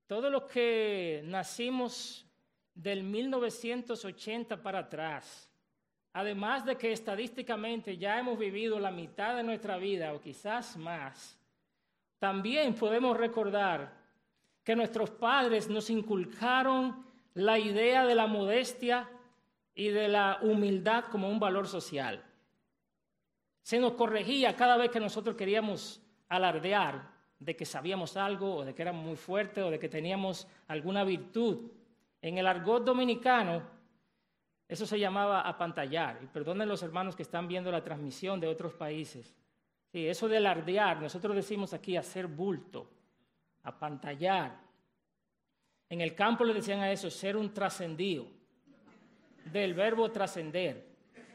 todos los que nacimos del 1980 para atrás, además de que estadísticamente ya hemos vivido la mitad de nuestra vida o quizás más, también podemos recordar que nuestros padres nos inculcaron la idea de la modestia y de la humildad como un valor social. Se nos corregía cada vez que nosotros queríamos alardear de que sabíamos algo o de que éramos muy fuertes o de que teníamos alguna virtud. En el argot dominicano, eso se llamaba apantallar. Y perdonen los hermanos que están viendo la transmisión de otros países. Sí, eso de alardear, nosotros decimos aquí hacer bulto, apantallar. En el campo le decían a eso ser un trascendido, del verbo trascender.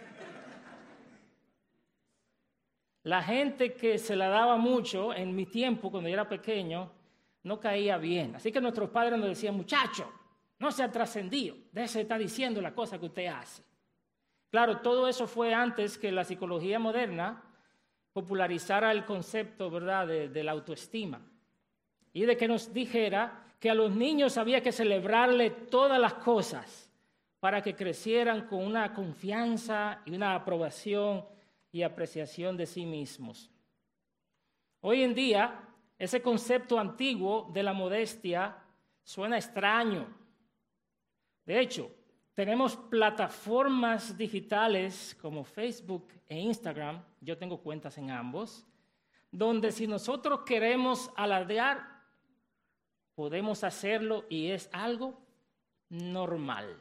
La gente que se la daba mucho en mi tiempo, cuando yo era pequeño, no caía bien. Así que nuestros padres nos decían, muchacho, no sea trascendido, déjese de estar diciendo la cosa que usted hace. Claro, todo eso fue antes que la psicología moderna popularizara el concepto, ¿verdad?, de la autoestima. Y de que nos dijera que a los niños había que celebrarle todas las cosas para que crecieran con una confianza y una aprobación y apreciación de sí mismos. Hoy en día, ese concepto antiguo de la modestia suena extraño. De hecho, tenemos plataformas digitales como Facebook e Instagram, yo tengo cuentas en ambos, donde si nosotros queremos alardear, podemos hacerlo y es algo normal.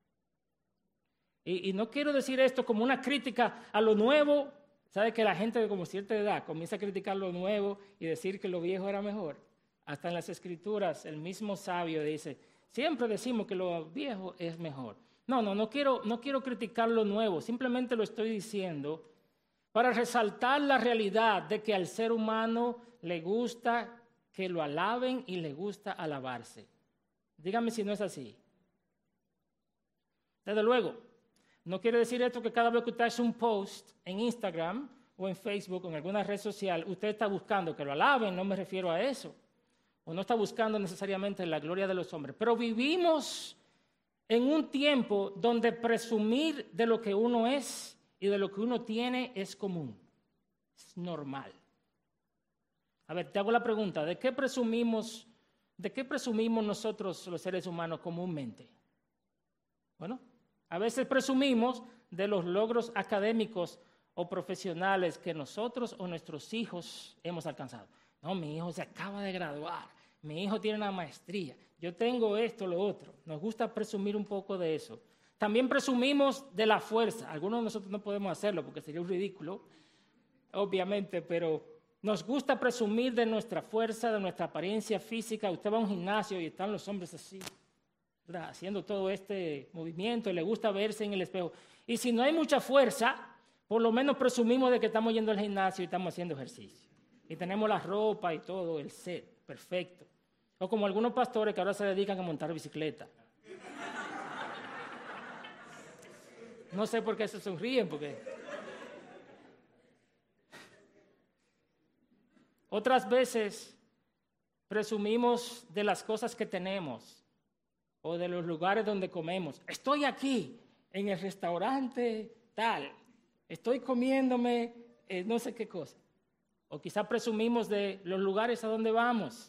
Y no quiero decir esto como una crítica a lo nuevo. ¿Sabe que la gente de como cierta edad comienza a criticar lo nuevo y decir que lo viejo era mejor? Hasta en las Escrituras el mismo sabio dice, siempre decimos que lo viejo es mejor. No quiero criticar lo nuevo, simplemente lo estoy diciendo para resaltar la realidad de que al ser humano le gusta que lo alaben y le gusta alabarse. Dígame si no es así. Desde luego. No quiere decir esto que cada vez que usted hace un post en Instagram o en Facebook o en alguna red social, usted está buscando que lo alaben, no me refiero a eso. O no está buscando necesariamente la gloria de los hombres. Pero vivimos en un tiempo donde presumir de lo que uno es y de lo que uno tiene es común, es normal. A ver, te hago la pregunta, ¿de qué presumimos nosotros los seres humanos comúnmente? Bueno, a veces presumimos de los logros académicos o profesionales que nosotros o nuestros hijos hemos alcanzado. No, mi hijo se acaba de graduar, mi hijo tiene una maestría, yo tengo esto, lo otro. Nos gusta presumir un poco de eso. También presumimos de la fuerza. Algunos de nosotros no podemos hacerlo porque sería un ridículo, obviamente, pero nos gusta presumir de nuestra fuerza, de nuestra apariencia física. Usted va a un gimnasio y están los hombres así, ¿verdad?, haciendo todo este movimiento y le gusta verse en el espejo. Y si no hay mucha fuerza, por lo menos presumimos de que estamos yendo al gimnasio y estamos haciendo ejercicio. Y tenemos la ropa y todo, el set, perfecto. O como algunos pastores que ahora se dedican a montar bicicleta. No sé por qué se sonríen, porque... Otras veces presumimos de las cosas que tenemos o de los lugares donde comemos. Estoy aquí, en el restaurante tal, estoy comiéndome no sé qué cosa. O quizá presumimos de los lugares a donde vamos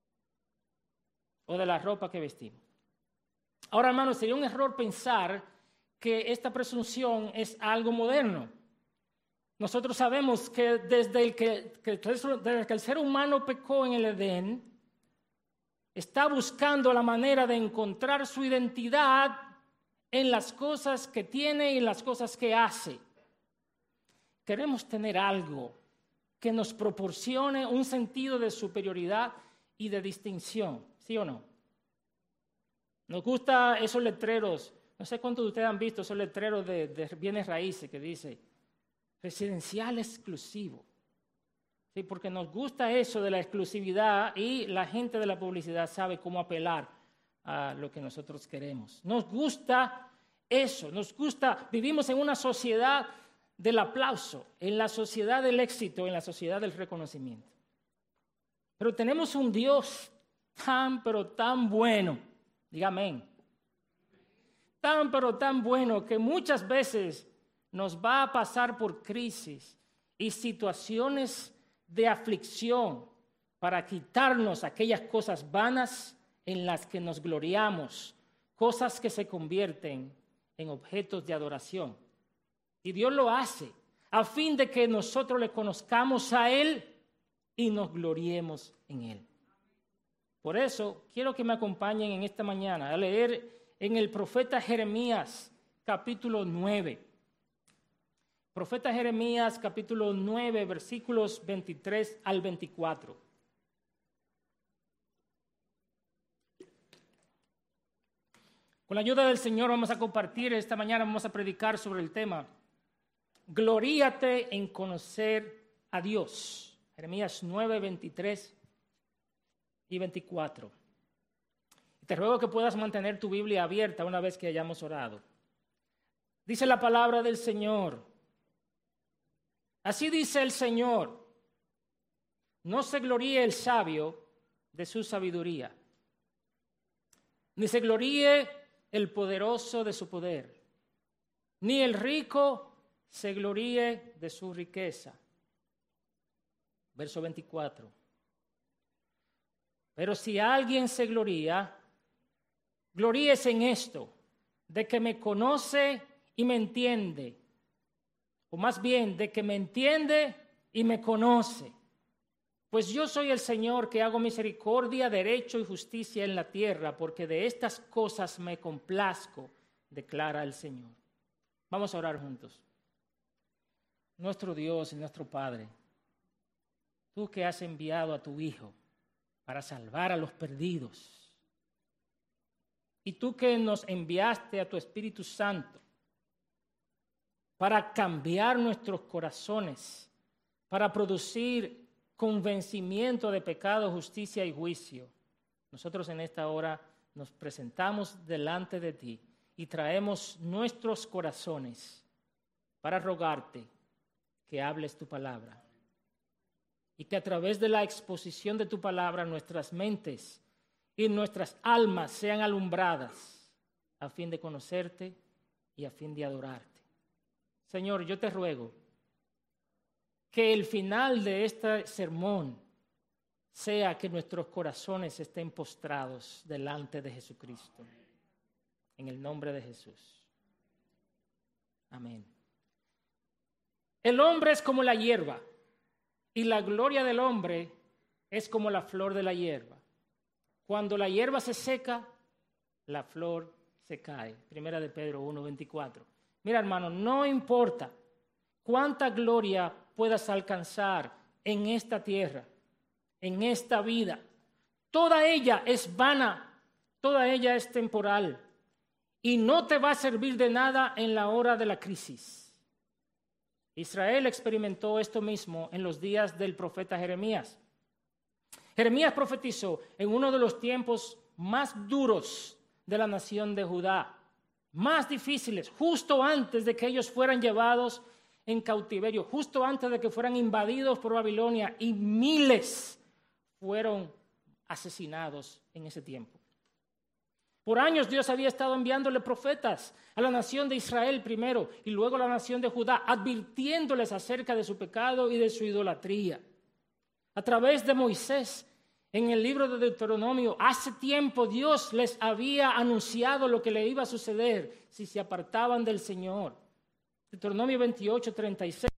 o de la ropa que vestimos. Ahora, hermanos, sería un error pensar que esta presunción es algo moderno. Nosotros sabemos que desde que el ser humano pecó en el Edén, está buscando la manera de encontrar su identidad en las cosas que tiene y en las cosas que hace. Queremos tener algo que nos proporcione un sentido de superioridad y de distinción, ¿sí o no? Nos gustan esos letreros, no sé cuántos de ustedes han visto esos letreros de bienes raíces que dice residencial exclusivo. Sí, porque nos gusta eso de la exclusividad y la gente de la publicidad sabe cómo apelar a lo que nosotros queremos. Nos gusta eso, vivimos en una sociedad del aplauso, en la sociedad del éxito, en la sociedad del reconocimiento. Pero tenemos un Dios tan, pero tan bueno. Diga amén. Tan, pero tan bueno que muchas veces nos va a pasar por crisis y situaciones de aflicción para quitarnos aquellas cosas vanas en las que nos gloriamos, cosas que se convierten en objetos de adoración. Y Dios lo hace a fin de que nosotros le conozcamos a Él y nos gloriemos en Él. Por eso quiero que me acompañen en esta mañana a leer en el profeta Jeremías capítulo 9. Profeta Jeremías capítulo 9 versículos 23 al 24. Con la ayuda del Señor vamos a compartir esta mañana, vamos a predicar sobre el tema Gloríate en conocer a Dios. Jeremías 9, 23 y 24. Te ruego que puedas mantener tu Biblia abierta una vez que hayamos orado. Dice la palabra del Señor. Así dice el Señor: no se gloríe el sabio de su sabiduría, ni se gloríe el poderoso de su poder, ni el rico se gloríe de su riqueza. Verso 24. Pero si alguien se gloría, gloríese en esto, de que me conoce y me entiende, o más bien de que me entiende y me conoce. Pues yo soy el Señor que hago misericordia, derecho y justicia en la tierra, porque de estas cosas me complazco, declara el Señor. Vamos a orar juntos. Nuestro Dios y nuestro Padre, tú que has enviado a tu Hijo para salvar a los perdidos, y tú que nos enviaste a tu Espíritu Santo para cambiar nuestros corazones, para producir convencimiento de pecado, justicia y juicio. Nosotros en esta hora nos presentamos delante de ti y traemos nuestros corazones para rogarte que hables tu palabra y que a través de la exposición de tu palabra nuestras mentes y nuestras almas sean alumbradas a fin de conocerte y a fin de adorarte. Señor, yo te ruego que el final de este sermón sea que nuestros corazones estén postrados delante de Jesucristo. En el nombre de Jesús. Amén. El hombre es como la hierba, y la gloria del hombre es como la flor de la hierba. Cuando la hierba se seca, la flor se cae. Primera de Pedro 1:24. Mira, hermano, no importa cuánta gloria puedas alcanzar en esta tierra, en esta vida. Toda ella es vana, toda ella es temporal y no te va a servir de nada en la hora de la crisis. Israel experimentó esto mismo en los días del profeta Jeremías. Jeremías profetizó en uno de los tiempos más duros de la nación de Judá, más difíciles, justo antes de que ellos fueran llevados en cautiverio, justo antes de que fueran invadidos por Babilonia, y miles fueron asesinados en ese tiempo. Por años Dios había estado enviándole profetas a la nación de Israel primero y luego a la nación de Judá, advirtiéndoles acerca de su pecado y de su idolatría. A través de Moisés, en el libro de Deuteronomio, hace tiempo Dios les había anunciado lo que le iba a suceder si se apartaban del Señor. Deuteronomio 28:36.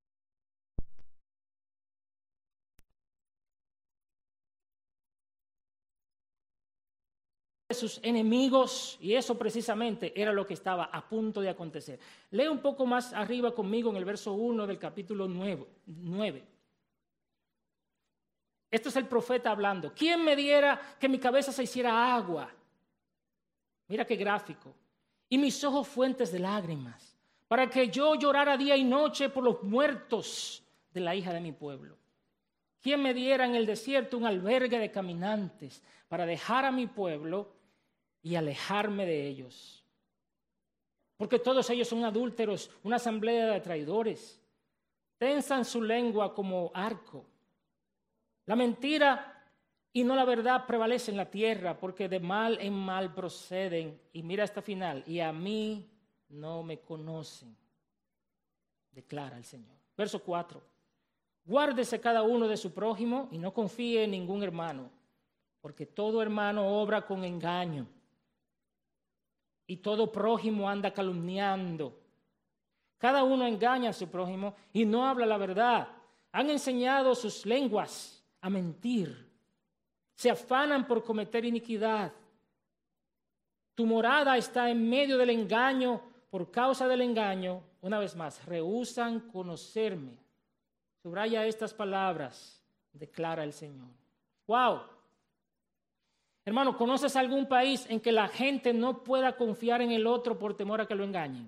Sus enemigos, y eso precisamente era lo que estaba a punto de acontecer. Lee un poco más arriba conmigo en el verso 1 del capítulo 9. Esto es el profeta hablando. ¿Quién me diera que mi cabeza se hiciera agua? Mira qué gráfico. Y mis ojos fuentes de lágrimas, para que yo llorara día y noche por los muertos de la hija de mi pueblo. ¿Quién me diera en el desierto un albergue de caminantes para dejar a mi pueblo y alejarme de ellos? Porque todos ellos son adúlteros, una asamblea de traidores. Tensan su lengua como arco. La mentira y no la verdad prevalece en la tierra, porque de mal en mal proceden. Y mira esta final, y a mí no me conocen, declara el Señor. Verso 4. Guárdese cada uno de su prójimo y no confíe en ningún hermano, porque todo hermano obra con engaño y todo prójimo anda calumniando. Cada uno engaña a su prójimo y no habla la verdad. Han enseñado sus lenguas a mentir. Se afanan por cometer iniquidad. Tu morada está en medio del engaño. Por causa del engaño, una vez más, rehúsan conocerme. Subraya estas palabras, declara el Señor. ¡Wow! Hermano, ¿conoces algún país en que la gente no pueda confiar en el otro por temor a que lo engañen?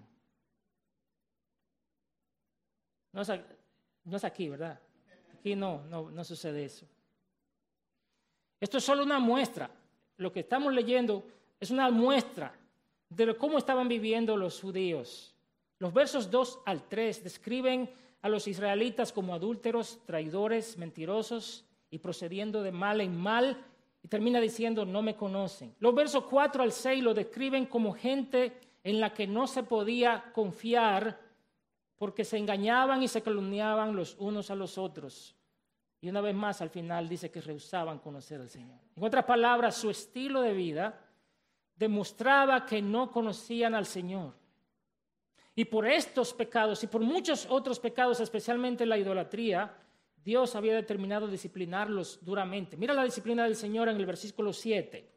No es aquí, ¿verdad? Aquí no sucede eso. Esto es solo una muestra. Lo que estamos leyendo es una muestra de cómo estaban viviendo los judíos. Los versos 2 al 3 describen a los israelitas como adúlteros, traidores, mentirosos y procediendo de mal en mal, y termina diciendo, no me conocen. Los versos 4 al 6 lo describen como gente en la que no se podía confiar porque se engañaban y se calumniaban los unos a los otros. Y una vez más al final dice que rehusaban conocer al Señor. En otras palabras, su estilo de vida demostraba que no conocían al Señor. Y por estos pecados y por muchos otros pecados, especialmente la idolatría, Dios había determinado disciplinarlos duramente. Mira la disciplina del Señor en el versículo 7.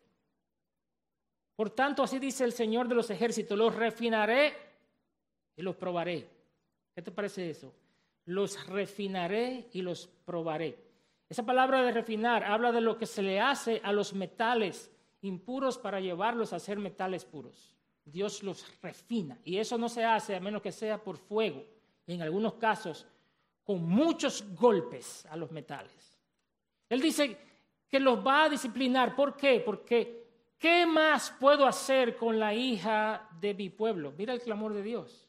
Por tanto, así dice el Señor de los ejércitos, los refinaré y los probaré. ¿Qué te parece eso? Los refinaré y los probaré. Esa palabra de refinar habla de lo que se le hace a los metales impuros para llevarlos a ser metales puros. Dios los refina y eso no se hace a menos que sea por fuego y en algunos casos con muchos golpes a los metales. Él dice que los va a disciplinar. ¿Por qué? Porque ¿qué más puedo hacer con la hija de mi pueblo? Mira el clamor de Dios.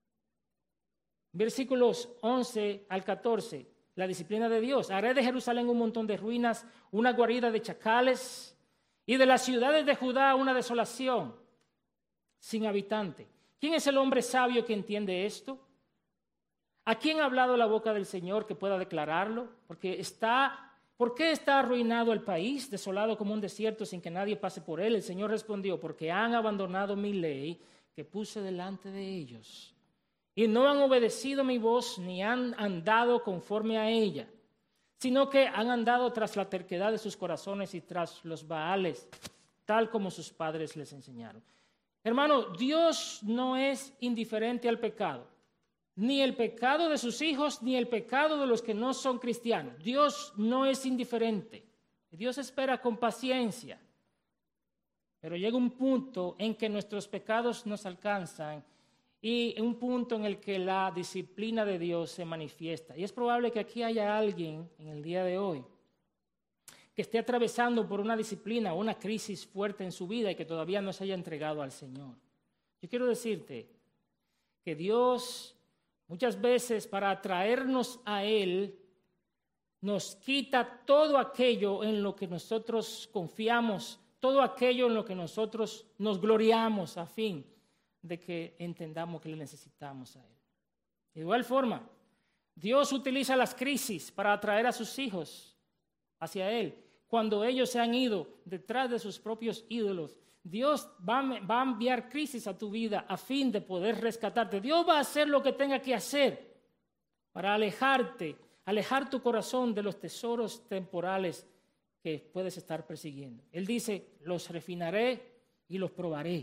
Versículos 11 al 14, la disciplina de Dios. Haré de Jerusalén un montón de ruinas, una guarida de chacales, y de las ciudades de Judá una desolación, sin habitante. ¿Quién es el hombre sabio que entiende esto? ¿A quién ha hablado la boca del Señor que pueda declararlo? ¿Por qué está arruinado el país, desolado como un desierto sin que nadie pase por él? El Señor respondió, porque han abandonado mi ley que puse delante de ellos. Y no han obedecido mi voz ni han andado conforme a ella, sino que han andado tras la terquedad de sus corazones y tras los baales, tal como sus padres les enseñaron. Hermano, Dios no es indiferente al pecado, ni el pecado de sus hijos, ni el pecado de los que no son cristianos. Dios no es indiferente. Dios espera con paciencia, pero llega un punto en que nuestros pecados nos alcanzan y un punto en el que la disciplina de Dios se manifiesta. Y es probable que aquí haya alguien en el día de hoy que esté atravesando por una disciplina o una crisis fuerte en su vida y que todavía no se haya entregado al Señor. Yo quiero decirte que Dios muchas veces para atraernos a Él nos quita todo aquello en lo que nosotros confiamos, todo aquello en lo que nosotros nos gloriamos a fin de que entendamos que le necesitamos a Él. De igual forma, Dios utiliza las crisis para atraer a sus hijos hacia Él. Cuando ellos se han ido detrás de sus propios ídolos, Dios va a enviar crisis a tu vida a fin de poder rescatarte. Dios va a hacer lo que tenga que hacer para alejar tu corazón de los tesoros temporales que puedes estar persiguiendo. Él dice, los refinaré y los probaré.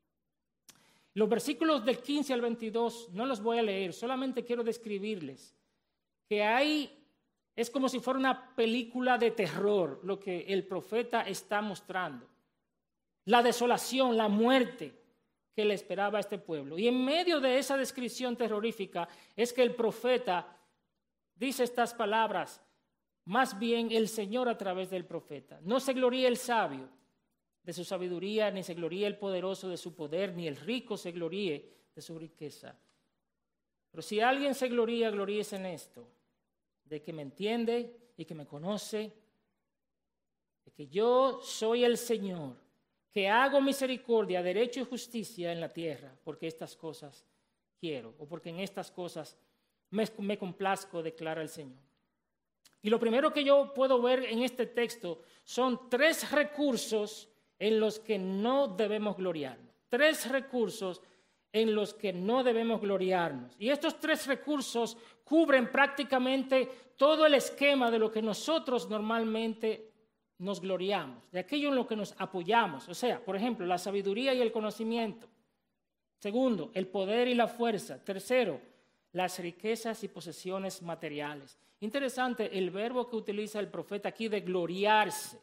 Los versículos del 15 al 22 no los voy a leer, solamente quiero describirles que es como si fuera una película de terror lo que el profeta está mostrando. La desolación, la muerte que le esperaba a este pueblo. Y en medio de esa descripción terrorífica es que el profeta dice estas palabras, más bien el Señor a través del profeta. No se gloríe el sabio de su sabiduría, ni se gloríe el poderoso de su poder, ni el rico se gloríe de su riqueza. Pero si alguien se gloría, gloríese en esto, de que me entiende y que me conoce de que yo soy el Señor, que hago misericordia, derecho y justicia en la tierra, porque estas cosas quiero, o porque en estas cosas me complazco, declara el Señor. Y lo primero que yo puedo ver en este texto son 3 recursos en los que no debemos gloriarnos. 3 recursos en los que no debemos gloriarnos. Y estos 3 recursos cubren prácticamente todo el esquema de lo que nosotros normalmente nos gloriamos, de aquello en lo que nos apoyamos. O sea, por ejemplo, la sabiduría y el conocimiento. Segundo, el poder y la fuerza. Tercero, las riquezas y posesiones materiales. Interesante el verbo que utiliza el profeta aquí de gloriarse.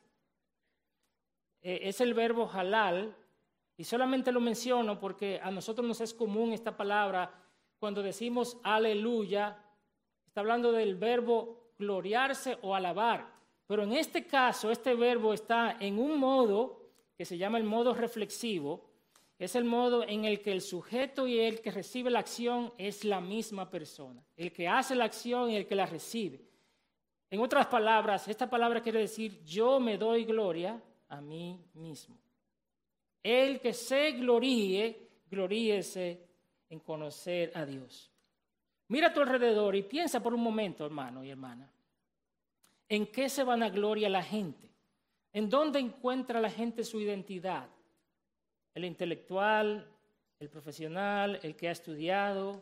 Es el verbo halal, y solamente lo menciono porque a nosotros nos es común esta palabra cuando decimos aleluya. Está hablando del verbo gloriarse o alabar. Pero en este caso, este verbo está en un modo que se llama el modo reflexivo. Es el modo en el que el sujeto y el que recibe la acción es la misma persona. El que hace la acción y el que la recibe. En otras palabras, esta palabra quiere decir yo me doy gloria a mí mismo. El que se gloríe, gloríese en conocer a Dios. Mira a tu alrededor y piensa por un momento, hermano y hermana. ¿En qué se vanagloria la gente? ¿En dónde encuentra la gente su identidad? El intelectual, el profesional, el que ha estudiado,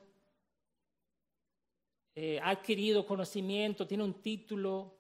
ha adquirido conocimiento, tiene un título.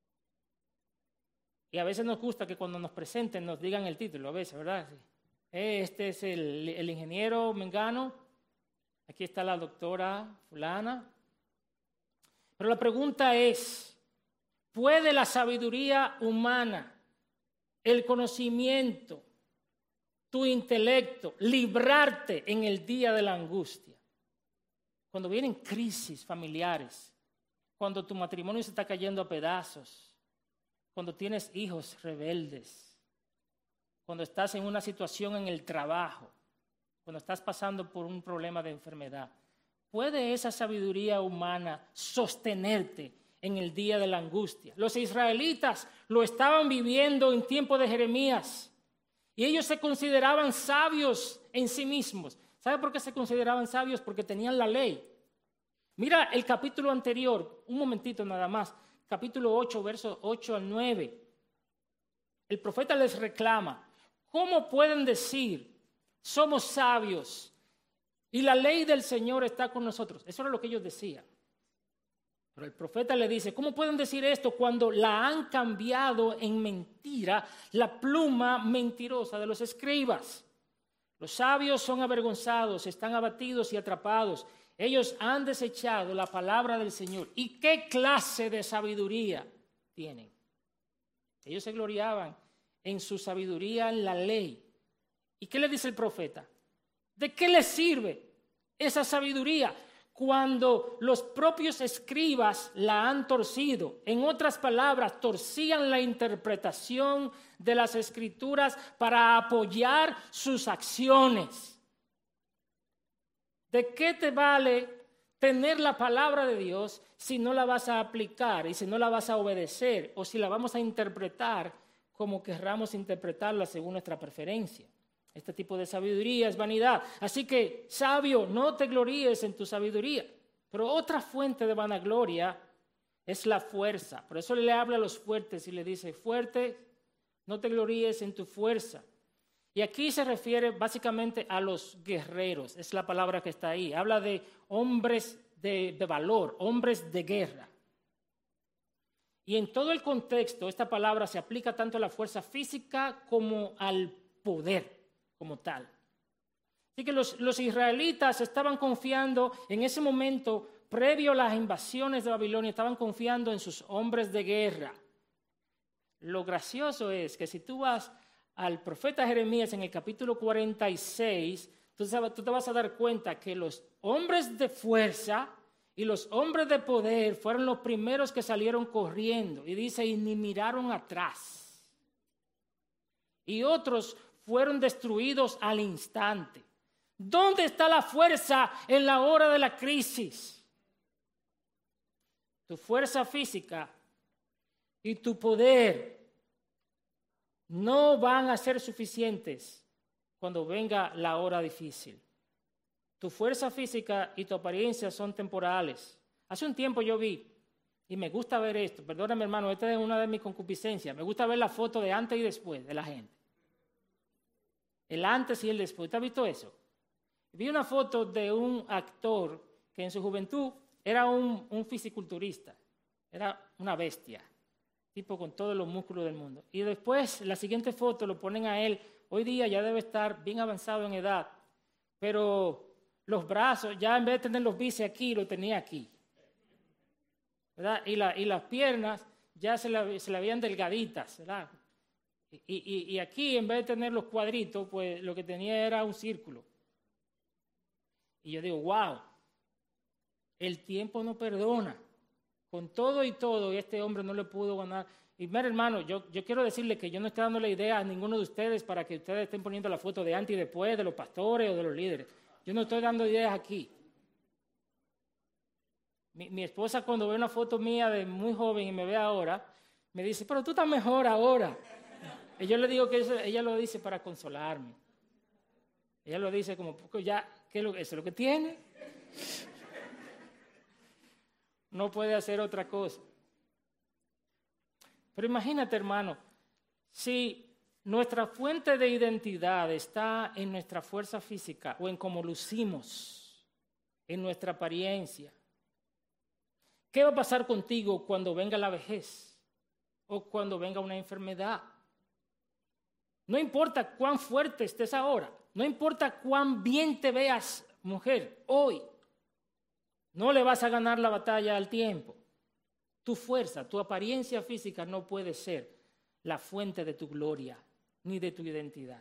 Y a veces nos gusta que cuando nos presenten nos digan el título, a veces, ¿verdad? Este es el ingeniero Mengano, aquí está la doctora fulana. Pero la pregunta es, ¿puede la sabiduría humana, el conocimiento, tu intelecto, librarte en el día de la angustia? Cuando vienen crisis familiares, cuando tu matrimonio se está cayendo a pedazos, cuando tienes hijos rebeldes, cuando estás en una situación en el trabajo, cuando estás pasando por un problema de enfermedad, ¿puede esa sabiduría humana sostenerte en el día de la angustia? Los israelitas lo estaban viviendo en tiempo de Jeremías y ellos se consideraban sabios en sí mismos. ¿Sabe por qué se consideraban sabios? Porque tenían la ley. Mira el capítulo anterior, un momentito nada más, capítulo 8, versos 8 al 9. El profeta les reclama, ¿cómo pueden decir, somos sabios y la ley del Señor está con nosotros? Eso era lo que ellos decían. Pero el profeta le dice, ¿cómo pueden decir esto cuando la han cambiado en mentira la pluma mentirosa de los escribas? Los sabios son avergonzados, están abatidos y atrapados. Ellos han desechado la palabra del Señor. ¿Y qué clase de sabiduría tienen? Ellos se gloriaban en su sabiduría en la ley. ¿Y qué le dice el profeta? ¿De qué les sirve esa sabiduría cuando los propios escribas la han torcido? En otras palabras, torcían la interpretación de las escrituras para apoyar sus acciones. ¿De qué te vale tener la palabra de Dios si no la vas a aplicar y si no la vas a obedecer o si la vamos a interpretar como querramos interpretarla según nuestra preferencia? Este tipo de sabiduría es vanidad. Así que, sabio, no te gloríes en tu sabiduría. Pero otra fuente de vanagloria es la fuerza. Por eso le habla a los fuertes y le dice, fuerte, no te gloríes en tu fuerza. Y aquí se refiere básicamente a los guerreros, es la palabra que está ahí. Habla de hombres de valor, hombres de guerra. Y en todo el contexto, esta palabra se aplica tanto a la fuerza física como al poder como tal. Así que los israelitas estaban confiando en ese momento, previo a las invasiones de Babilonia, estaban confiando en sus hombres de guerra. Lo gracioso es que si tú vas al profeta Jeremías en el capítulo 46, tú te vas a dar cuenta que los hombres de fuerza y los hombres de poder fueron los primeros que salieron corriendo. Y dice, y ni miraron atrás. Y otros fueron destruidos al instante. ¿Dónde está la fuerza en la hora de la crisis? Tu fuerza física y tu poder no van a ser suficientes cuando venga la hora difícil. Tu fuerza física y tu apariencia son temporales. Hace un tiempo yo vi, y me gusta ver esto, perdóname hermano, esta es una de mis concupiscencias, me gusta ver la foto de antes y después de la gente. El antes y el después. ¿Usted ha visto eso? Vi una foto de un actor que en su juventud era un fisiculturista, era una bestia, tipo con todos los músculos del mundo. Y después, la siguiente foto lo ponen a él, hoy día ya debe estar bien avanzado en edad, pero los brazos, ya en vez de tener los bíceps aquí, lo tenía aquí, ¿verdad? Y las piernas ya se le habían delgaditas, ¿verdad? Y aquí, en vez de tener los cuadritos, pues lo que tenía era un círculo. Y yo digo, wow, el tiempo no perdona. Con todo y todo, este hombre no le pudo ganar. Y mira, hermano, yo quiero decirle que yo no estoy dando la idea a ninguno de ustedes para que ustedes estén poniendo la foto de antes y después, de los pastores o de los líderes. Yo no estoy dando ideas aquí. Mi esposa, cuando ve una foto mía de muy joven y me ve ahora, me dice, pero tú estás mejor ahora. Y yo le digo que ella lo dice para consolarme. Ella lo dice como, ya, ¿eso es lo que tiene? No puede hacer otra cosa. Pero imagínate, hermano, si nuestra fuente de identidad está en nuestra fuerza física o en cómo lucimos, en nuestra apariencia, ¿qué va a pasar contigo cuando venga la vejez o cuando venga una enfermedad? No importa cuán fuerte estés ahora, no importa cuán bien te veas, mujer, hoy, no le vas a ganar la batalla al tiempo. Tu fuerza, tu apariencia física no puede ser la fuente de tu gloria ni de tu identidad.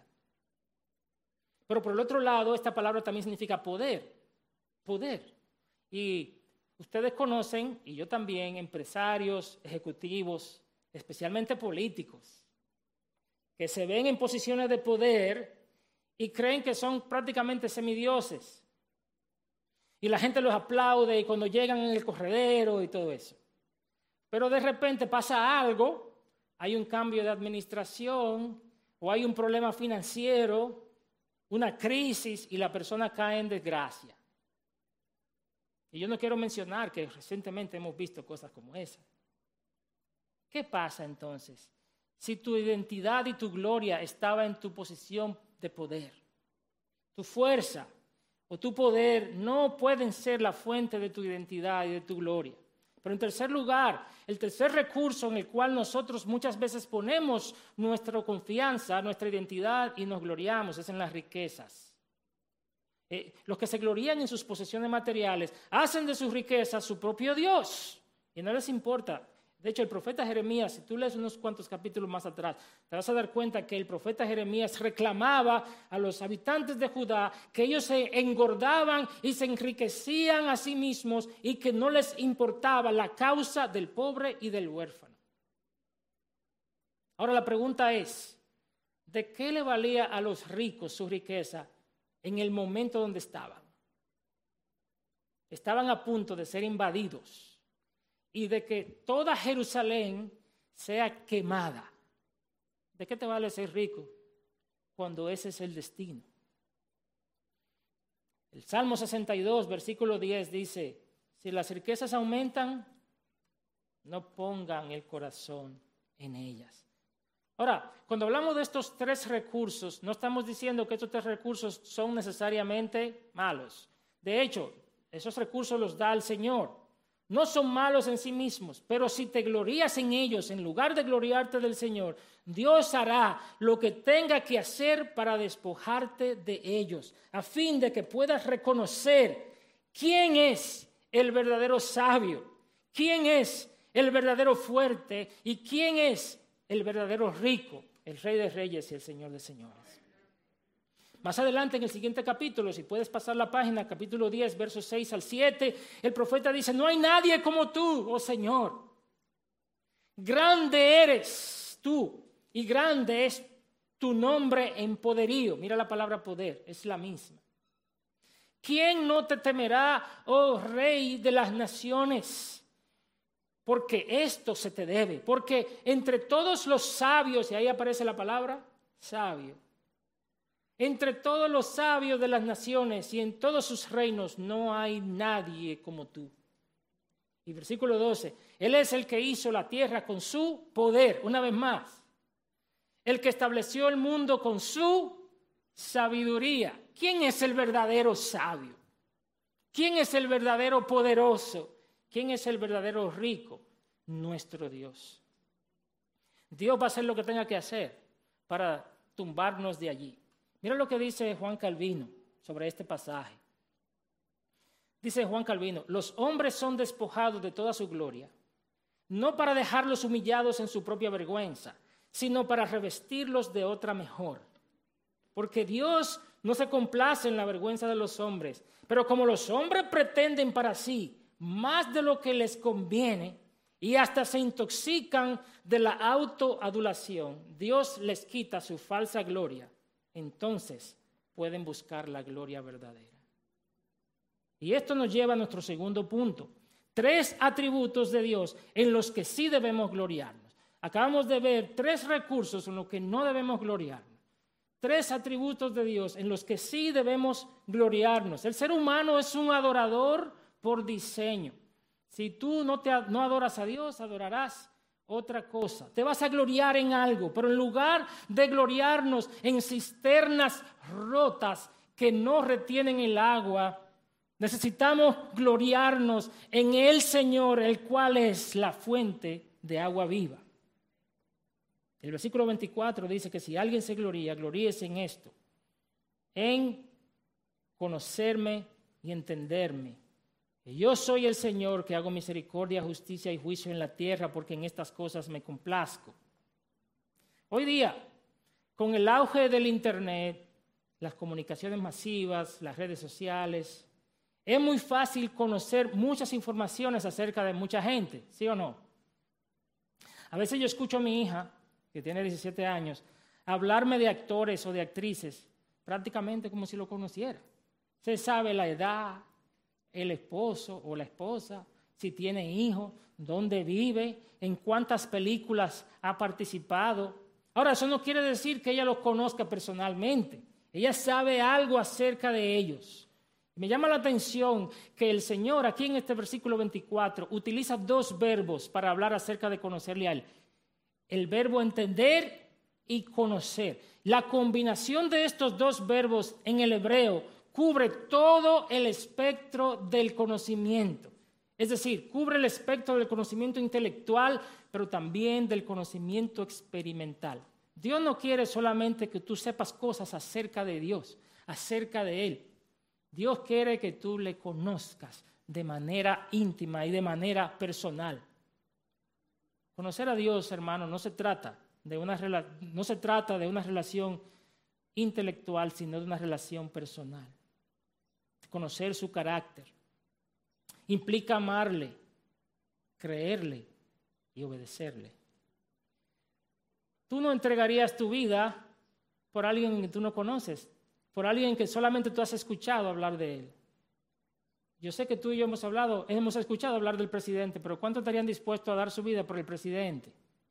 Pero por el otro lado, esta palabra también significa poder. Poder. Y ustedes conocen, y yo también, empresarios, ejecutivos, especialmente políticos, que se ven en posiciones de poder y creen que son prácticamente semidioses. Y la gente los aplaude y cuando llegan en el corredero y todo eso. Pero de repente pasa algo, hay un cambio de administración o hay un problema financiero, una crisis y la persona cae en desgracia. Y yo no quiero mencionar que recientemente hemos visto cosas como esas. ¿Qué pasa entonces? Si tu identidad y tu gloria estaba en tu posición de poder, tu fuerza o tu poder no pueden ser la fuente de tu identidad y de tu gloria. Pero en tercer lugar, el tercer recurso en el cual nosotros muchas veces ponemos nuestra confianza, nuestra identidad y nos gloriamos es en las riquezas. Los que se glorían en sus posesiones materiales hacen de sus riquezas su propio Dios y no les importa. De hecho, el profeta Jeremías, si tú lees unos cuantos capítulos más atrás, te vas a dar cuenta que el profeta Jeremías reclamaba a los habitantes de Judá que ellos se engordaban y se enriquecían a sí mismos y que no les importaba la causa del pobre y del huérfano. Ahora la pregunta es, ¿de qué le valía a los ricos su riqueza en el momento donde estaban? Estaban a punto de ser invadidos y de que toda Jerusalén sea quemada. ¿De qué te vale ser rico cuando ese es el destino? El Salmo 62, versículo 10 dice, si las riquezas aumentan, no pongan el corazón en ellas. Ahora, cuando hablamos de estos tres recursos, no estamos diciendo que estos tres recursos son necesariamente malos. De hecho, esos recursos los da el Señor. No son malos en sí mismos, pero si te glorías en ellos, en lugar de gloriarte del Señor, Dios hará lo que tenga que hacer para despojarte de ellos, a fin de que puedas reconocer quién es el verdadero sabio, quién es el verdadero fuerte y quién es el verdadero rico, el Rey de Reyes y el Señor de Señores. Más adelante en el siguiente capítulo, si puedes pasar la página, capítulo 10, versos 6 al 7, el profeta dice, no hay nadie como tú, oh Señor. Grande eres tú y grande es tu nombre en poderío. Mira la palabra poder, es la misma. ¿Quién no te temerá, oh Rey de las naciones? porque esto se te debe, porque entre todos los sabios, y ahí aparece la palabra sabio, entre todos los sabios de las naciones y en todos sus reinos no hay nadie como tú. Y versículo 12, Él es el que hizo la tierra con su poder, una vez más, el que estableció el mundo con su sabiduría. ¿Quién es el verdadero sabio? ¿Quién es el verdadero poderoso? ¿Quién es el verdadero rico? Nuestro Dios. Dios va a hacer lo que tenga que hacer para tumbarnos de allí. Mira lo que dice Juan Calvino sobre este pasaje. Dice Juan Calvino, los hombres son despojados de toda su gloria, no para dejarlos humillados en su propia vergüenza, sino para revestirlos de otra mejor. Porque Dios no se complace en la vergüenza de los hombres, pero como los hombres pretenden para sí más de lo que les conviene y hasta se intoxican de la autoadulación, Dios les quita su falsa gloria. Entonces pueden buscar la gloria verdadera. Y esto nos lleva a nuestro segundo punto. 3 atributos de Dios en los que sí debemos gloriarnos. Acabamos de ver 3 recursos en los que no debemos gloriarnos. 3 atributos de Dios en los que sí debemos gloriarnos. El ser humano es un adorador por diseño. Si tú no adoras a Dios, adorarás otra cosa. Te vas a gloriar en algo, pero en lugar de gloriarnos en cisternas rotas que no retienen el agua, necesitamos gloriarnos en el Señor, el cual es la fuente de agua viva. El versículo 24 dice que si alguien se gloría, gloríese en esto, en conocerme y entenderme. Que yo soy el Señor que hago misericordia, justicia y juicio en la tierra, porque en estas cosas me complazco. Hoy día, con el auge del Internet, las comunicaciones masivas, las redes sociales, es muy fácil conocer muchas informaciones acerca de mucha gente, ¿sí o no? A veces yo escucho a mi hija, que tiene 17 años, hablarme de actores o de actrices, prácticamente como si lo conociera. Se sabe la edad, el esposo o la esposa, si tiene hijos, dónde vive, en cuántas películas ha participado. Ahora, eso no quiere decir que ella los conozca personalmente. Ella sabe algo acerca de ellos. Me llama la atención que el Señor, aquí en este versículo 24, utiliza 2 verbos para hablar acerca de conocerle a Él. El verbo entender y conocer. La combinación de estos 2 verbos en el hebreo cubre todo el espectro del conocimiento. Es decir, cubre el espectro del conocimiento intelectual, pero también del conocimiento experimental. Dios no quiere solamente que tú sepas cosas acerca de Dios, acerca de Él. Dios quiere que tú le conozcas de manera íntima y de manera personal. Conocer a Dios, hermano, no se trata de una relación intelectual, sino de una relación personal. Conocer su carácter implica amarle, creerle y obedecerle. Tú no entregarías tu vida por alguien que tú no conoces, por alguien que solamente tú has escuchado hablar de él. Yo sé que tú y yo hemos escuchado hablar del presidente, pero ¿cuántos estarían dispuestos a dar su vida por el presidente?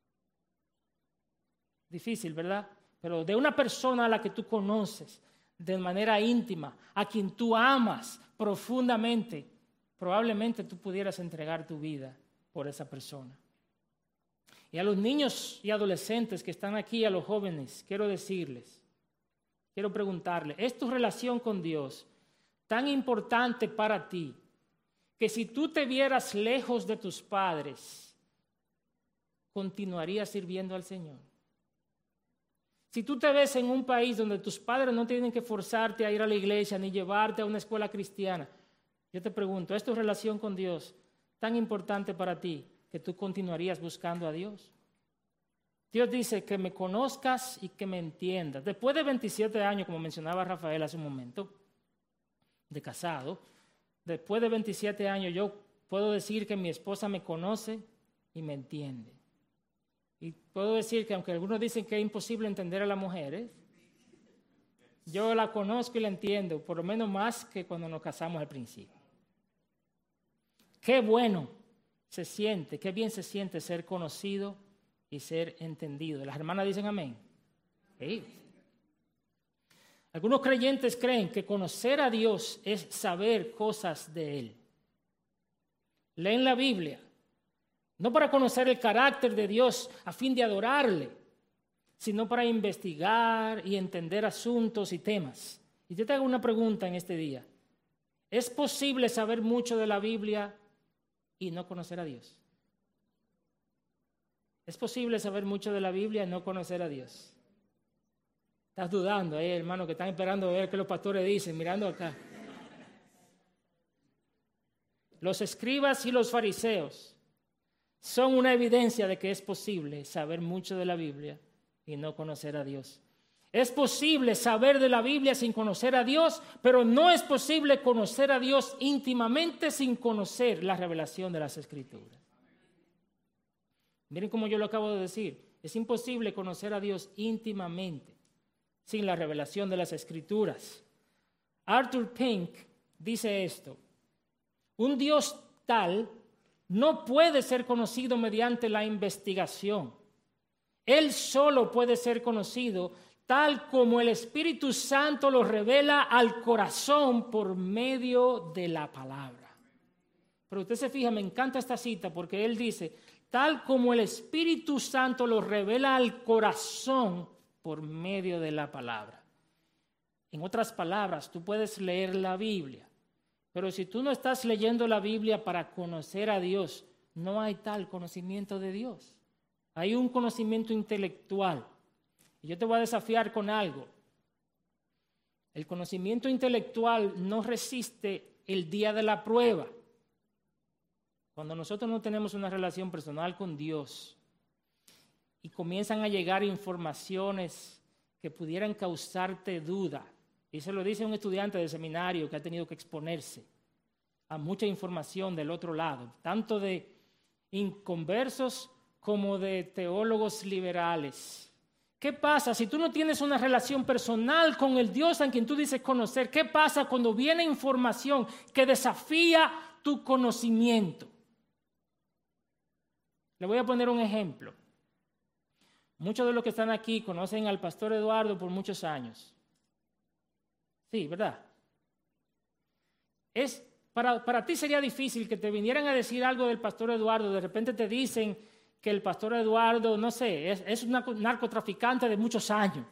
Difícil, ¿verdad? Pero de una persona a la que tú conoces de manera íntima, a quien tú amas profundamente, probablemente tú pudieras entregar tu vida por esa persona. Y a los niños y adolescentes que están aquí, a los jóvenes, quiero preguntarles, ¿es tu relación con Dios tan importante para ti que si tú te vieras lejos de tus padres, continuarías sirviendo al Señor? Si tú te ves en un país donde tus padres no tienen que forzarte a ir a la iglesia ni llevarte a una escuela cristiana, yo te pregunto, ¿es tu relación con Dios tan importante para ti que tú continuarías buscando a Dios? Dios dice que me conozcas y que me entiendas. Después de 27 años, como mencionaba Rafael hace un momento, de casado, después de 27 años yo puedo decir que mi esposa me conoce y me entiende. Y puedo decir que aunque algunos dicen que es imposible entender a las mujeres, yo la conozco y la entiendo, por lo menos más que cuando nos casamos al principio. Qué bueno se siente, qué bien se siente ser conocido y ser entendido. Las hermanas dicen amén. Sí. Algunos creyentes creen que conocer a Dios es saber cosas de Él. Leen la Biblia, no para conocer el carácter de Dios a fin de adorarle, sino para investigar y entender asuntos y temas. Y yo te hago una pregunta en este día. ¿Es posible saber mucho de la Biblia y no conocer a Dios? ¿Es posible saber mucho de la Biblia y no conocer a Dios? Estás dudando, hermano, que están esperando a ver qué los pastores dicen, mirando acá. Los escribas y los fariseos son una evidencia de que es posible saber mucho de la Biblia y no conocer a Dios. Es posible saber de la Biblia sin conocer a Dios, pero no es posible conocer a Dios íntimamente sin conocer la revelación de las Escrituras. Miren cómo yo lo acabo de decir. Es imposible conocer a Dios íntimamente sin la revelación de las Escrituras. Arthur Pink dice esto: un Dios tal no puede ser conocido mediante la investigación. Él solo puede ser conocido tal como el Espíritu Santo lo revela al corazón por medio de la palabra. Pero usted se fija, me encanta esta cita porque él dice, tal como el Espíritu Santo lo revela al corazón por medio de la palabra. En otras palabras, tú puedes leer la Biblia, pero si tú no estás leyendo la Biblia para conocer a Dios, no hay tal conocimiento de Dios. Hay un conocimiento intelectual. Y yo te voy a desafiar con algo. El conocimiento intelectual no resiste el día de la prueba. Cuando nosotros no tenemos una relación personal con Dios y comienzan a llegar informaciones que pudieran causarte duda, y se lo dice un estudiante de seminario que ha tenido que exponerse a mucha información del otro lado, tanto de inconversos como de teólogos liberales. ¿Qué pasa si tú no tienes una relación personal con el Dios a quien tú dices conocer? ¿Qué pasa cuando viene información que desafía tu conocimiento? Le voy a poner un ejemplo. Muchos de los que están aquí conocen al pastor Eduardo por muchos años. Sí, ¿verdad? Para ti sería difícil que te vinieran a decir algo del pastor Eduardo. De repente te dicen que el pastor Eduardo, no sé, es un narcotraficante de muchos años.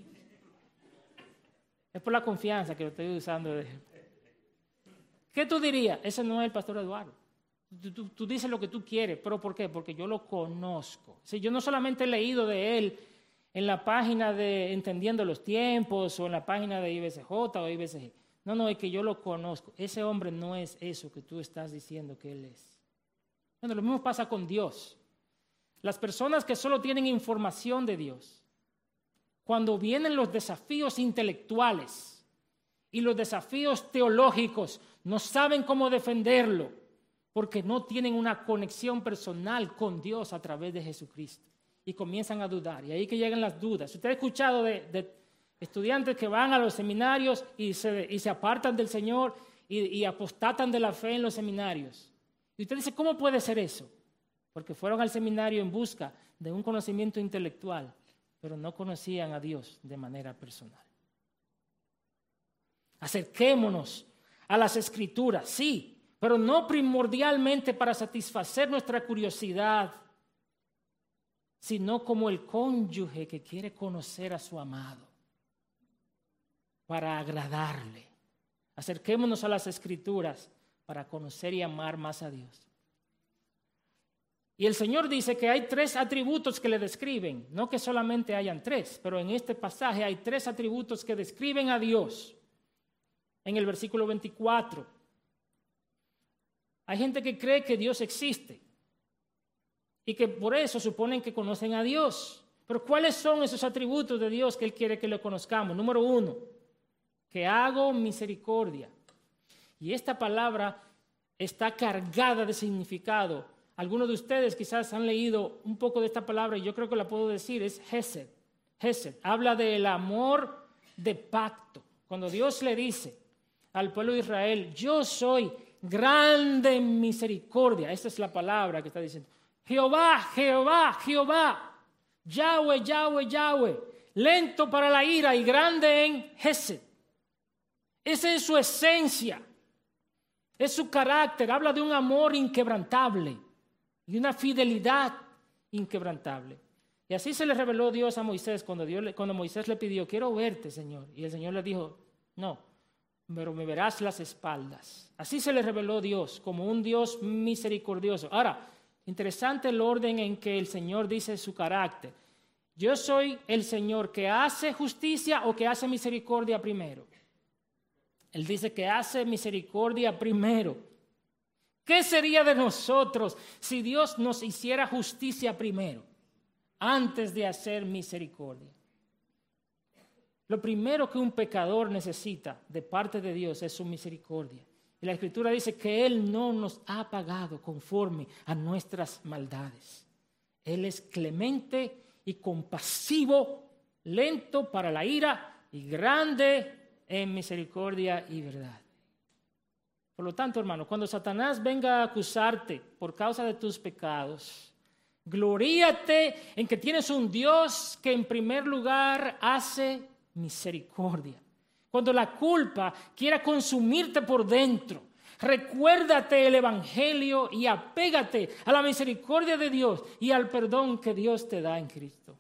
Es por la confianza que lo estoy usando. ¿Qué tú dirías? Ese no es el pastor Eduardo. Tú dices lo que tú quieres, pero ¿por qué? Porque yo lo conozco. Sí, yo no solamente he leído de él en la página de Entendiendo los Tiempos o en la página de IBCJ o IBCG. No, es que yo lo conozco. Ese hombre no es eso que tú estás diciendo que él es. Bueno, lo mismo pasa con Dios. Las personas que solo tienen información de Dios, cuando vienen los desafíos intelectuales y los desafíos teológicos, no saben cómo defenderlo porque no tienen una conexión personal con Dios a través de Jesucristo y comienzan a dudar. Y ahí que llegan las dudas. Usted ha escuchado de estudiantes que van a los seminarios y se apartan del Señor y apostatan de la fe en los seminarios. Y usted dice, ¿cómo puede ser eso? Porque fueron al seminario en busca de un conocimiento intelectual, pero no conocían a Dios de manera personal. Acerquémonos a las Escrituras, sí, pero no primordialmente para satisfacer nuestra curiosidad, sino como el cónyuge que quiere conocer a su amado, para agradarle. Acerquémonos a las Escrituras para conocer y amar más a Dios. Y el Señor dice que hay 3 atributos que le describen, no que solamente hayan 3, pero en este pasaje hay 3 atributos que describen a Dios. En el versículo 24, hay gente que cree que Dios existe y que por eso suponen que conocen a Dios. Pero ¿cuáles son esos atributos de Dios que Él quiere que lo conozcamos? Número 1, que hago misericordia. Y esta palabra está cargada de significado. Algunos de ustedes quizás han leído un poco de esta palabra y yo creo que la puedo decir, es Hesed. Hesed habla del amor de pacto. Cuando Dios le dice al pueblo de Israel, yo soy grande en misericordia. Esa es la palabra que está diciendo. Jehová, Jehová, Jehová, Yahweh, Yahweh, Yahweh, lento para la ira y grande en Hesed. Esa es su esencia, es su carácter. Habla de un amor inquebrantable y una fidelidad inquebrantable. Y así se le reveló Dios a Moisés cuando Moisés le pidió, quiero verte, Señor. Y el Señor le dijo, no, pero me verás las espaldas. Así se le reveló Dios como un Dios misericordioso. Ahora, interesante el orden en que el Señor dice su carácter. Yo soy el Señor que hace justicia o que hace misericordia primero. Él dice que hace misericordia primero. ¿Qué sería de nosotros si Dios nos hiciera justicia primero, antes de hacer misericordia? Lo primero que un pecador necesita de parte de Dios es su misericordia. Y la Escritura dice que Él no nos ha pagado conforme a nuestras maldades. Él es clemente y compasivo, lento para la ira y grande en misericordia y verdad. Por lo tanto, hermano, cuando Satanás venga a acusarte por causa de tus pecados, gloríate en que tienes un Dios que en primer lugar hace misericordia. Cuando la culpa quiera consumirte por dentro, recuérdate el Evangelio y apégate a la misericordia de Dios y al perdón que Dios te da en Cristo.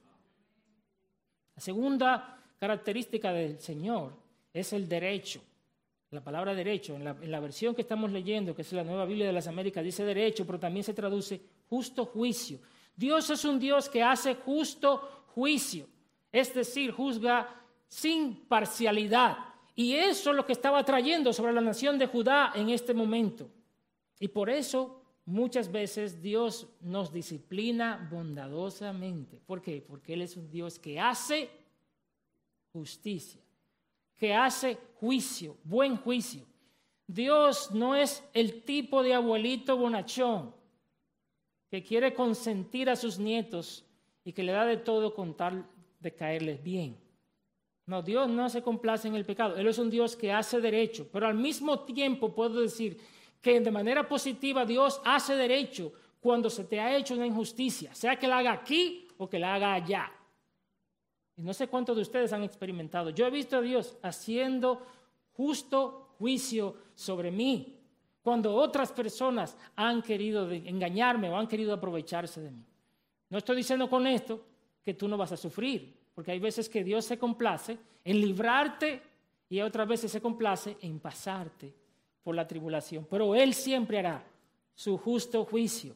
La segunda característica del Señor es el derecho. La palabra derecho, en la versión que estamos leyendo, que es la Nueva Biblia de las Américas, dice derecho, pero también se traduce justo juicio. Dios es un Dios que hace justo juicio, es decir, juzga sin parcialidad. Y eso es lo que estaba trayendo sobre la nación de Judá en este momento. Y por eso muchas veces Dios nos disciplina bondadosamente. ¿Por qué? Porque Él es un Dios que hace justicia, que hace juicio, buen juicio. Dios no es el tipo de abuelito bonachón que quiere consentir a sus nietos y que le da de todo con tal de caerles bien. No, Dios no se complace en el pecado. Él es un Dios que hace derecho, pero al mismo tiempo puedo decir que de manera positiva Dios hace derecho cuando se te ha hecho una injusticia, sea que la haga aquí o que la haga allá. Y no sé cuántos de ustedes han experimentado. Yo he visto a Dios haciendo justo juicio sobre mí cuando otras personas han querido engañarme o han querido aprovecharse de mí. No estoy diciendo con esto que tú no vas a sufrir, porque hay veces que Dios se complace en librarte y otras veces se complace en pasarte por la tribulación. Pero Él siempre hará su justo juicio.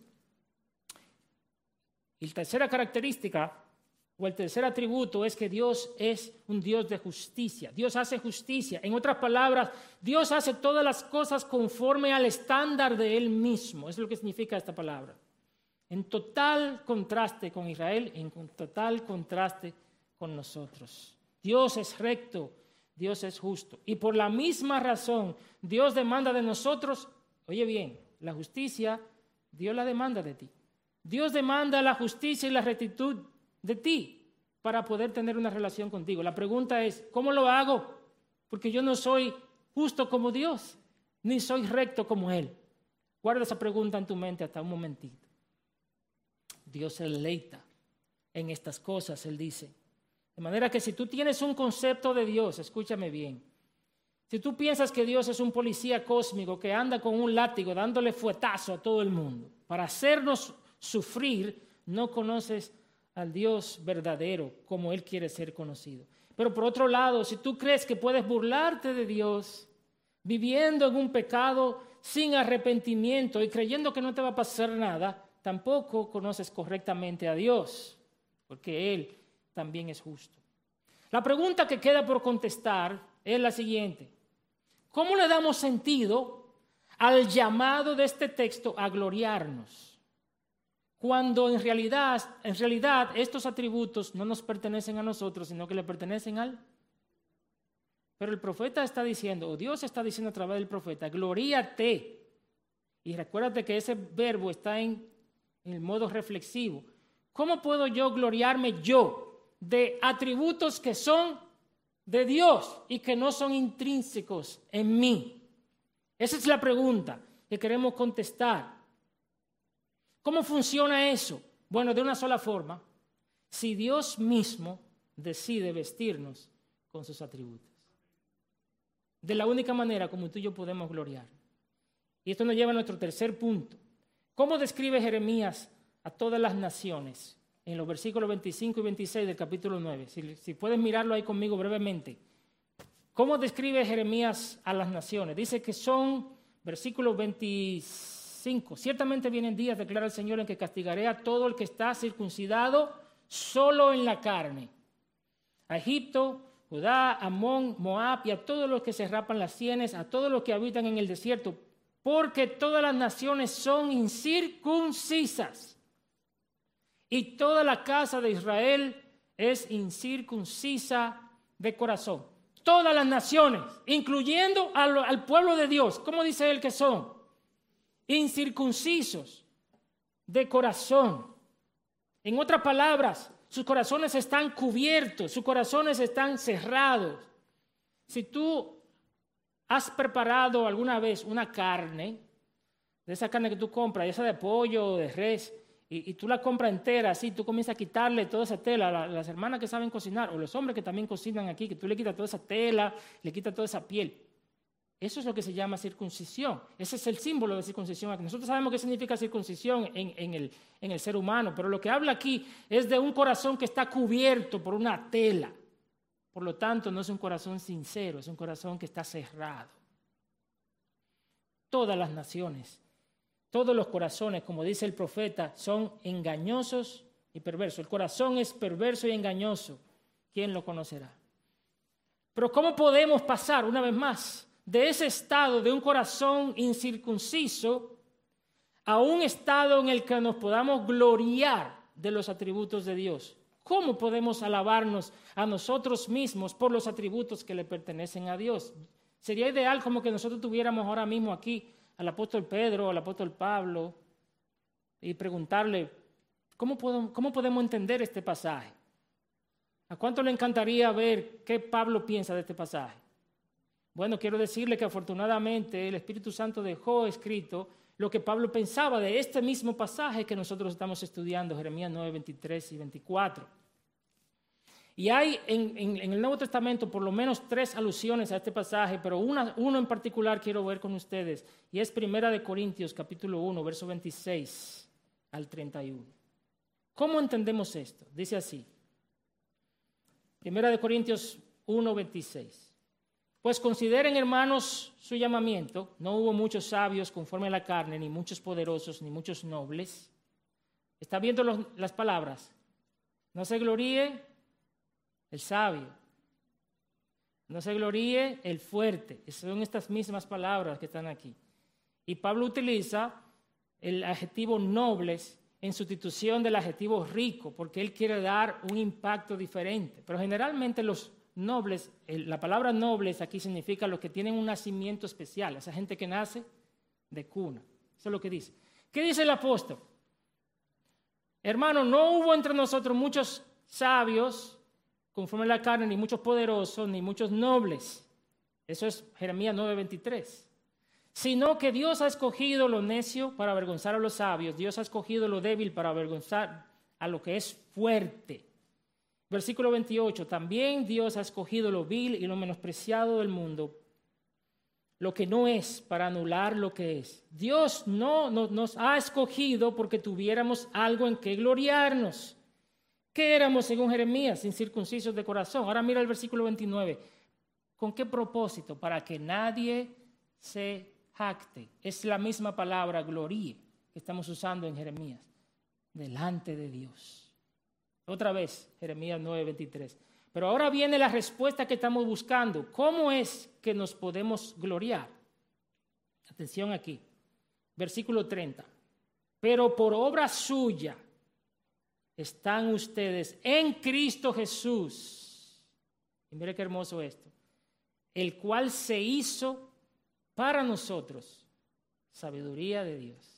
Y la tercera característica o el tercer atributo es que Dios es un Dios de justicia. Dios hace justicia. En otras palabras, Dios hace todas las cosas conforme al estándar de Él mismo. Eso es lo que significa esta palabra. En total contraste con Israel, en total contraste con nosotros. Dios es recto, Dios es justo. Y por la misma razón, Dios demanda de nosotros, oye bien, la justicia, Dios la demanda de ti. Dios demanda la justicia y la rectitud de ti para poder tener una relación contigo. La pregunta es, ¿cómo lo hago? Porque yo no soy justo como Dios, ni soy recto como Él. Guarda esa pregunta en tu mente hasta un momentito. Dios se deleita en estas cosas, Él dice. De manera que si tú tienes un concepto de Dios, escúchame bien, si tú piensas que Dios es un policía cósmico que anda con un látigo dándole fuetazo a todo el mundo para hacernos sufrir, no conoces al Dios verdadero como Él quiere ser conocido. Pero por otro lado, si tú crees que puedes burlarte de Dios viviendo en un pecado sin arrepentimiento y creyendo que no te va a pasar nada, tampoco conoces correctamente a Dios, porque Él también es justo. La pregunta que queda por contestar es la siguiente: ¿cómo le damos sentido al llamado de este texto a gloriarnos? Cuando en realidad estos atributos no nos pertenecen a nosotros, sino que le pertenecen al. Pero el profeta está diciendo, o Dios está diciendo a través del profeta, gloríate. Y recuérdate que ese verbo está en el modo reflexivo. ¿Cómo puedo yo gloriarme yo de atributos que son de Dios y que no son intrínsecos en mí? Esa es la pregunta. que queremos contestar. ¿Cómo funciona eso? Bueno, de una sola forma. Si Dios mismo decide vestirnos con sus atributos. De la única manera como tú y yo podemos gloriar. Y esto nos lleva a nuestro tercer punto. ¿Cómo describe Jeremías a todas las naciones? En los versículos 25 y 26 del capítulo 9. Si puedes mirarlo ahí conmigo brevemente. ¿Cómo describe Jeremías a las naciones? Dice que son, versículo 25, ciertamente vienen días, declara el Señor, en que castigaré a todo el que está circuncidado solo en la carne. A Egipto, Judá, Amón, Moab y a todos los que se rapan las sienes, a todos los que habitan en el desierto, porque todas las naciones son incircuncisas y toda la casa de Israel es incircuncisa de corazón. Todas las naciones, incluyendo al pueblo de Dios, ¿cómo dice él que son? Incircuncisos de corazón. En otras palabras, sus corazones están cubiertos, sus corazones están cerrados. Si tú has preparado alguna vez una carne, de esa carne que tú compras, ya sea de pollo o de res, y tú la compras entera, así, tú comienzas a quitarle toda esa tela, las hermanas que saben cocinar, o los hombres que también cocinan aquí, que tú le quitas toda esa tela, le quitas toda esa piel. Eso es lo que se llama circuncisión. Ese es el símbolo de circuncisión. Nosotros sabemos qué significa circuncisión en el ser humano, pero lo que habla aquí es de un corazón que está cubierto por una tela. Por lo tanto, no es un corazón sincero, es un corazón que está cerrado. Todas las naciones, todos los corazones, como dice el profeta, son engañosos y perversos. El corazón es perverso y engañoso. ¿Quién lo conocerá? Pero ¿cómo podemos pasar, una vez más, de ese estado de un corazón incircunciso a un estado en el que nos podamos gloriar de los atributos de Dios? ¿Cómo podemos alabarnos a nosotros mismos por los atributos que le pertenecen a Dios? Sería ideal como que nosotros tuviéramos ahora mismo aquí al apóstol Pedro, al apóstol Pablo, y preguntarle, ¿cómo podemos entender este pasaje? ¿A cuánto le encantaría ver qué Pablo piensa de este pasaje? Bueno, quiero decirle que afortunadamente el Espíritu Santo dejó escrito lo que Pablo pensaba de este mismo pasaje que nosotros estamos estudiando, Jeremías 9, 23 y 24. Y hay en el Nuevo Testamento por lo menos 3 alusiones a este pasaje, pero uno en particular quiero ver con ustedes, y es 1 Corintios capítulo 1, verso 26 al 31. ¿Cómo entendemos esto? Dice así, 1 Corintios 1, 26. Pues consideren, hermanos, su llamamiento. No hubo muchos sabios conforme a la carne, ni muchos poderosos, ni muchos nobles. ¿Está viendo las palabras? No se gloríe el sabio. No se gloríe el fuerte. Son estas mismas palabras que están aquí. Y Pablo utiliza el adjetivo nobles en sustitución del adjetivo rico, porque él quiere dar un impacto diferente. Pero generalmente los nobles, la palabra nobles aquí significa los que tienen un nacimiento especial, esa gente que nace de cuna. Eso es lo que dice. ¿Qué dice el apóstol? Hermano, no hubo entre nosotros muchos sabios conforme a la carne, ni muchos poderosos, ni muchos nobles. Eso es Jeremías 9:23. Sino que Dios ha escogido lo necio para avergonzar a los sabios. Dios ha escogido lo débil para avergonzar a lo que es fuerte. Versículo 28, también Dios ha escogido lo vil y lo menospreciado del mundo, lo que no es, para anular lo que es. Dios no nos ha escogido porque tuviéramos algo en que gloriarnos. ¿Qué éramos según Jeremías? Incircuncisos de corazón. Ahora mira el versículo 29. ¿Con qué propósito? Para que nadie se jacte. Es la misma palabra gloríe que estamos usando en Jeremías. Delante de Dios. Otra vez, Jeremías 9:23. Pero ahora viene la respuesta que estamos buscando. ¿Cómo es que nos podemos gloriar? Atención aquí. Versículo 30. Pero por obra suya están ustedes en Cristo Jesús. Y mire qué hermoso esto. El cual se hizo para nosotros sabiduría de Dios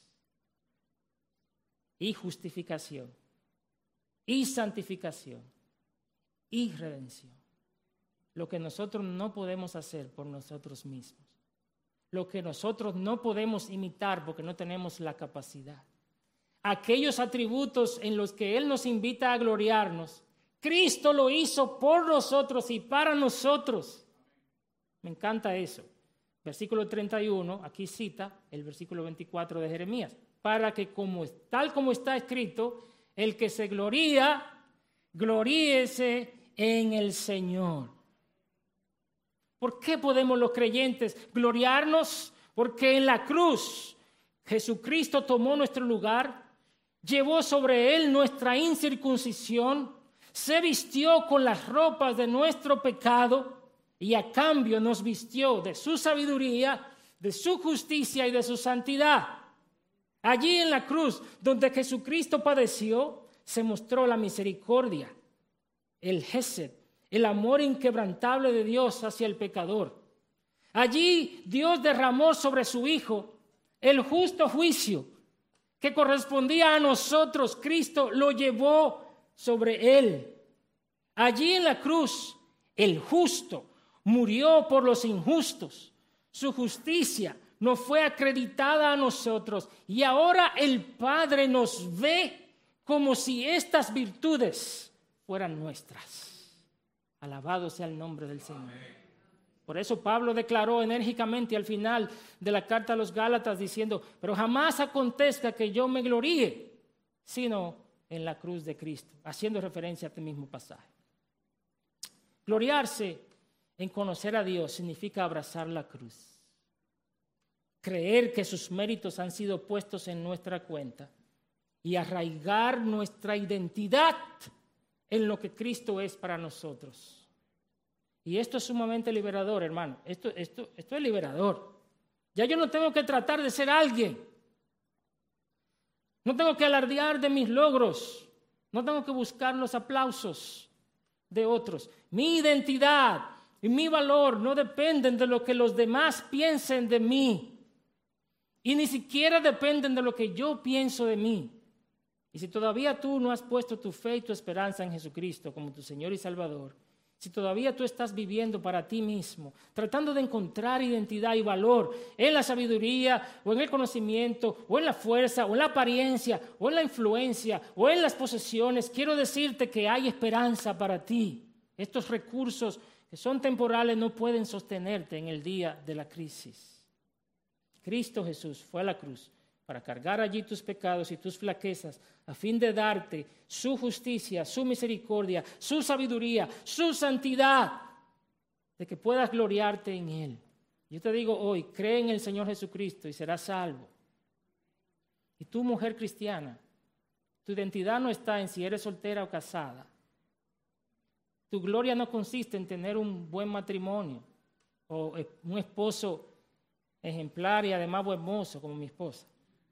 y justificación y santificación y redención. Lo que nosotros no podemos hacer por nosotros mismos. lo que nosotros no podemos imitar porque no tenemos la capacidad. Aquellos atributos en los que Él nos invita a gloriarnos, Cristo lo hizo por nosotros y para nosotros. Me encanta eso. Versículo 31, aquí cita el versículo 24 de Jeremías. Para que tal como está escrito, el que se gloría, gloríese en el Señor. ¿Por qué podemos los creyentes gloriarnos? Porque en la cruz Jesucristo tomó nuestro lugar, llevó sobre Él nuestra incircuncisión, se vistió con las ropas de nuestro pecado y a cambio nos vistió de su sabiduría, de su justicia y de su santidad. Allí en la cruz, donde Jesucristo padeció, se mostró la misericordia, el Gesed, el amor inquebrantable de Dios hacia el pecador. Allí Dios derramó sobre su Hijo el justo juicio que correspondía a nosotros. Cristo lo llevó sobre Él. Allí en la cruz, el justo murió por los injustos. Su justicia nos fue acreditada a nosotros y ahora el Padre nos ve como si estas virtudes fueran nuestras. Alabado sea el nombre del Señor. Por eso Pablo declaró enérgicamente al final de la carta a los Gálatas diciendo: pero jamás acontezca que yo me gloríe, sino en la cruz de Cristo, haciendo referencia a este mismo pasaje. Gloriarse en conocer a Dios significa abrazar la cruz, creer que sus méritos han sido puestos en nuestra cuenta y arraigar nuestra identidad en lo que Cristo es para nosotros. Y esto es sumamente liberador, hermano. Esto es liberador. Ya yo no tengo que tratar de ser alguien. No tengo que alardear de mis logros. No tengo que buscar los aplausos de otros. Mi identidad y mi valor no dependen de lo que los demás piensen de mí. Y ni siquiera dependen de lo que yo pienso de mí. Y si todavía tú no has puesto tu fe y tu esperanza en Jesucristo como tu Señor y Salvador, si todavía tú estás viviendo para ti mismo, tratando de encontrar identidad y valor en la sabiduría o en el conocimiento o en la fuerza o en la apariencia o en la influencia o en las posesiones, quiero decirte que hay esperanza para ti. Estos recursos que son temporales no pueden sostenerte en el día de la crisis. Cristo Jesús fue a la cruz para cargar allí tus pecados y tus flaquezas, a fin de darte su justicia, su misericordia, su sabiduría, su santidad, de que puedas gloriarte en Él. Yo te digo hoy, cree en el Señor Jesucristo y serás salvo. Y tú, mujer cristiana, tu identidad no está en si eres soltera o casada. Tu gloria no consiste en tener un buen matrimonio o un esposo ejemplar y además buen mozo como mi esposa.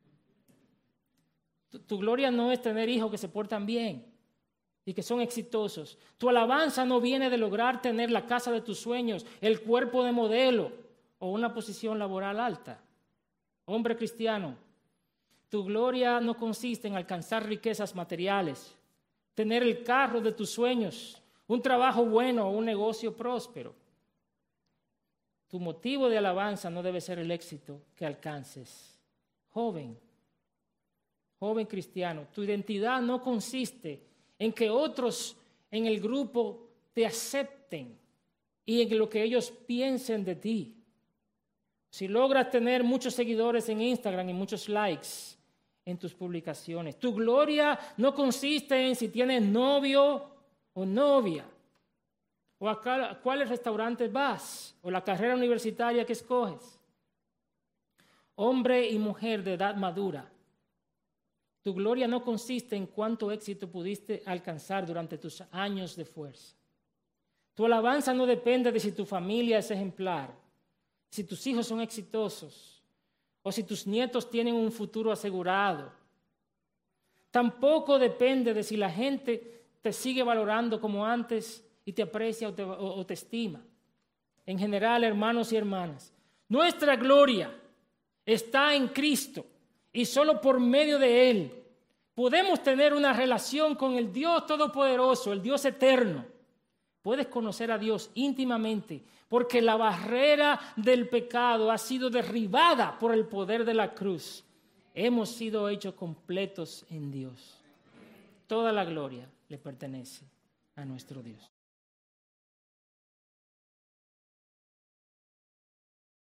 Tu gloria no es tener hijos que se portan bien y que son exitosos. Tu alabanza no viene de lograr tener la casa de tus sueños, el cuerpo de modelo o una posición laboral alta. Hombre cristiano, tu gloria no consiste en alcanzar riquezas materiales, tener el carro de tus sueños, un trabajo bueno o un negocio próspero. Tu motivo de alabanza no debe ser el éxito que alcances. Joven cristiano, tu identidad no consiste en que otros en el grupo te acepten y en lo que ellos piensen de ti. Si logras tener muchos seguidores en Instagram y muchos likes en tus publicaciones, tu gloria no consiste en si tienes novio o novia, o a cuáles restaurantes vas, o la carrera universitaria que escoges. Hombre y mujer de edad madura, tu gloria no consiste en cuánto éxito pudiste alcanzar durante tus años de fuerza. Tu alabanza no depende de si tu familia es ejemplar, si tus hijos son exitosos o si tus nietos tienen un futuro asegurado. Tampoco depende de si la gente te sigue valorando como antes y te aprecia o te estima. En general, hermanos y hermanas, nuestra gloria está en Cristo. Y solo por medio de Él podemos tener una relación con el Dios Todopoderoso, el Dios eterno. Puedes conocer a Dios íntimamente porque la barrera del pecado ha sido derribada por el poder de la cruz. Hemos sido hechos completos en Dios. Toda la gloria le pertenece a nuestro Dios.